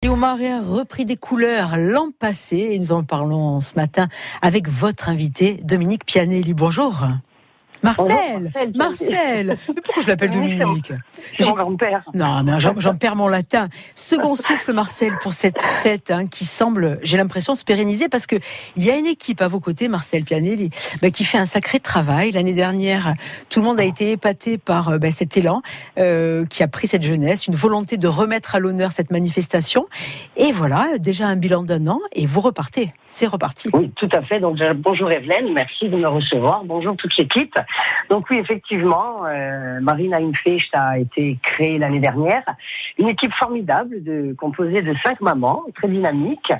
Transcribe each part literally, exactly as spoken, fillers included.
Omar a repris des couleurs l'an passé et nous en parlons ce matin avec votre invité Dominique Pianelli. Bonjour. Marcel, Bonjour, Marcel, Marcel. Mais pourquoi je l'appelle Dominique? C'est mon grand-père. Non, mais j'en, j'en perds mon latin. Second souffle, Marcel, pour cette fête hein, qui semble, j'ai l'impression, se pérenniser parce que il y a une équipe à vos côtés, Marcel Pianelli, bah, qui fait un sacré travail. L'année dernière, tout le monde a été épaté par bah, cet élan euh, qui a pris cette jeunesse, une volonté de remettre à l'honneur cette manifestation. Et voilà, déjà un bilan d'un an et vous repartez. C'est reparti. Oui, tout à fait. Donc, bonjour Evelyne, merci de me recevoir. Bonjour toute l'équipe. Donc oui, effectivement, euh, Marine Heimfecht a été créée l'année dernière. Une équipe formidable de, composée de cinq mamans, très dynamique.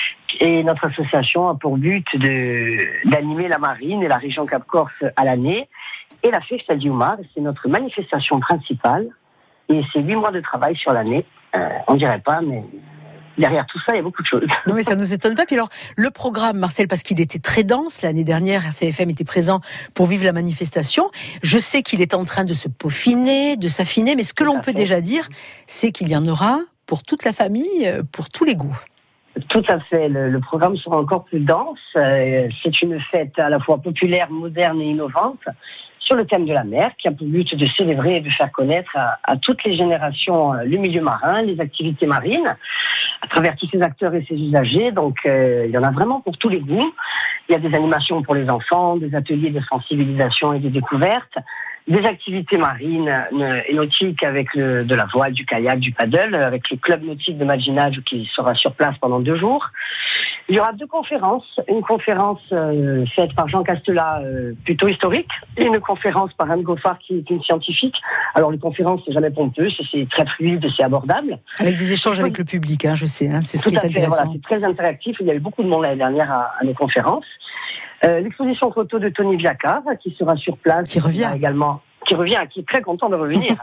Et notre association a pour but de, d'animer la marine et la région Cap-Corse à l'année. Et la Festa di Umar, c'est notre manifestation principale. Et c'est huit mois de travail sur l'année. Euh, on dirait pas, mais... derrière tout ça, il y a beaucoup de choses. Non, mais ça ne nous étonne pas. Puis alors, le programme, Marcel, parce qu'il était très dense, l'année dernière, R C F M était présent pour vivre la manifestation. Je sais qu'il est en train de se peaufiner, de s'affiner, mais ce que l'on peut déjà dire, c'est qu'il y en aura pour toute la famille, pour tous les goûts. Tout à fait. Le, le programme sera encore plus dense. Euh, c'est une fête à la fois populaire, moderne et innovante sur le thème de la mer qui a pour but de célébrer et de faire connaître à, à toutes les générations euh, le milieu marin, les activités marines, à travers tous ces acteurs et ces usagers. Donc, euh, il y en a vraiment pour tous les goûts. Il y a des animations pour les enfants, des ateliers de sensibilisation et de découverte, des activités marines et nautiques avec le, de la voile, du kayak, du paddle, avec le club nautique de Maginage qui sera sur place pendant deux jours. Il y aura deux conférences, une conférence euh, faite par Jean Castelat, euh, plutôt historique, et une conférence par Anne Goffard qui est une scientifique. Alors les conférences, c'est jamais pompeux, c'est, c'est très fluide et c'est abordable. Avec des échanges avec le public, hein, je sais, hein, c'est ce Tout qui est fait, intéressant. Voilà, c'est très interactif, il y a eu beaucoup de monde l'année dernière à, à nos conférences. Euh, l'exposition photo de Tony Viacard, qui sera sur place. Qui revient. Également, qui revient, qui est très content de revenir.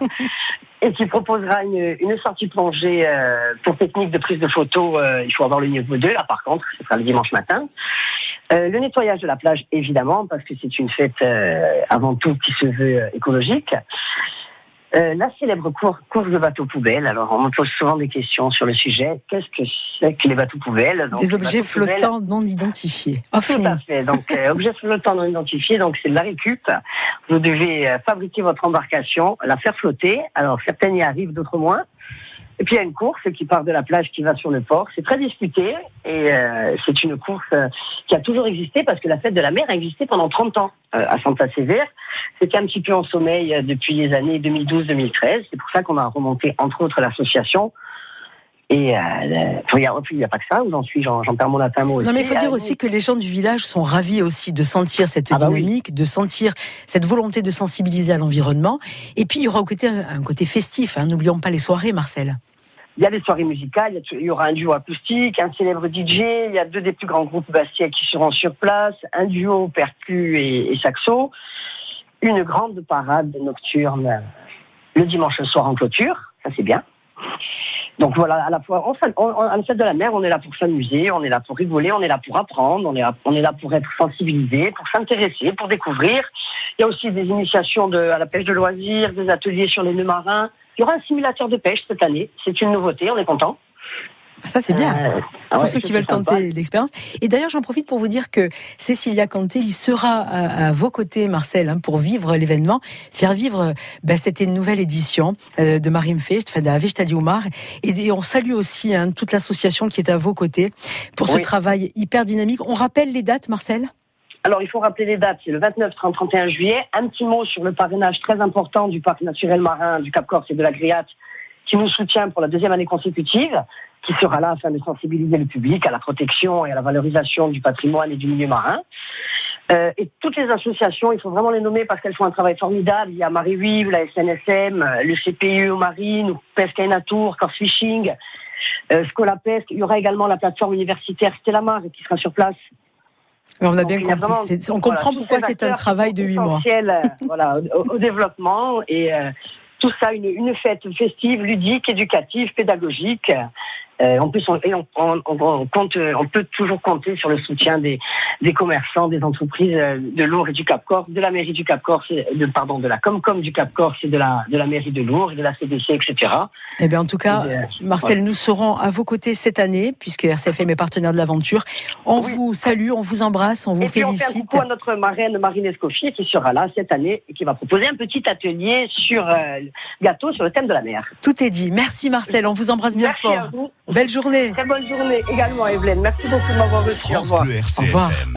Et qui proposera une, une sortie plongée euh, pour technique de prise de photo. Euh, il faut avoir le niveau deux, là par contre, ce sera le dimanche matin. Euh, le nettoyage de la plage, évidemment, parce que c'est une fête euh, avant tout qui se veut euh, écologique. Euh, la célèbre cour- course de bateaux poubelles. Alors, on me pose souvent des questions sur le sujet. Qu'est-ce que c'est que les bateaux poubelles? Donc, des objets flottants poubelles... non identifiés. Oh, tout à fait. Donc, euh, objets flottants non identifiés. Donc, c'est de la récup. Vous devez euh, fabriquer votre embarcation, la faire flotter. Alors, certaines y arrivent, d'autres moins. Et puis, il y a une course qui part de la plage qui va sur le port. C'est très disputé. Et euh, c'est une course euh, qui a toujours existé parce que la fête de la mer a existé pendant trente ans euh, à Santa Severe. C'était un petit peu en sommeil euh, depuis les années deux mille douze deux mille treize. C'est pour ça qu'on a remonté, entre autres, l'association. Et euh, il n'y a, a pas que ça, où j'en suis, j'en, j'en perds mon latin mot aussi. Non, mais il faut dire aussi que les gens du village sont ravis aussi de sentir cette ah bah dynamique, oui. de sentir cette volonté de sensibiliser à l'environnement. Et puis, il y aura au côté un, un côté festif. Hein. N'oublions pas les soirées, Marcel. Il y a des soirées musicales, il y aura un duo acoustique, un célèbre D J, il y a deux des plus grands groupes bastiais qui seront sur place, un duo percu et, et saxo, une grande parade nocturne le dimanche soir en clôture, ça c'est bien. Donc voilà, à la fois, en fait, en fête de la mer, on est là pour s'amuser, on est là pour rigoler, on est là pour apprendre, on est là, on est là pour être sensibilisé, pour s'intéresser, pour découvrir. Il y a aussi des initiations de, à la pêche de loisirs, des ateliers sur les nœuds marins. Il y aura un simulateur de pêche cette année. C'est une nouveauté, on est content. Ça, c'est bien. Euh, pour ouais, ceux qui veulent sympa. tenter l'expérience. Et d'ailleurs, j'en profite pour vous dire que Cécilia Cantel, il sera à, à vos côtés, Marcel, hein, pour vivre l'événement, faire vivre ben, cette nouvelle édition euh, de Marine Heimfecht, enfin de la Festa di Umar. Et, et on salue aussi hein, toute l'association qui est à vos côtés pour ce oui. travail hyper dynamique. On rappelle les dates, Marcel ? Alors, il faut rappeler les dates. C'est le vingt-neuf, trente, trente et un juillet. Un petit mot sur le parrainage très important du parc naturel marin du Cap-Corse et de la Griat, qui nous soutient pour la deuxième année consécutive, qui sera là afin de sensibiliser le public à la protection et à la valorisation du patrimoine et du milieu marin. Euh, et toutes les associations, il faut vraiment les nommer parce qu'elles font un travail formidable. Il y a Marie-Wive, la S N S M, le C P E Marine, Pesca et Natour, Corse Fishing, euh, Scola Pesque. Il y aura également la plateforme universitaire Stella Mar qui sera sur place. On a bien Donc, compris. Vraiment, c'est, on comprend voilà, pourquoi c'est un travail de huit mois. Euh, voilà, au, au développement et euh, tout ça, une, une fête festive, ludique, éducative, pédagogique. Euh, en plus, on, et on, on, on, compte, on peut toujours compter sur le soutien des, des commerçants, des entreprises de Lourdes et du Cap-Corse, de la mairie du Cap-Corse, de, pardon, de la Comcom du Cap-Corse et de la, de la mairie de Lourdes, de la C D C, et cetera. Eh bien, en tout cas, et, euh, Marcel, voilà. nous serons à vos côtés cette année, puisque R C F M est partenaire de l'aventure. On Oui. vous salue, on vous embrasse, on vous et puis félicite. on fait un coucou à notre marraine Marine Escoffier qui sera là cette année et qui va proposer un petit atelier sur euh, gâteau sur le thème de la mer. Tout est dit. Merci Marcel, on vous embrasse bien Merci fort. à vous. Belle journée. Très bonne journée également, Evelyne. Merci beaucoup de m'avoir reçu. Au France revoir. Bleu R C F M. Au revoir.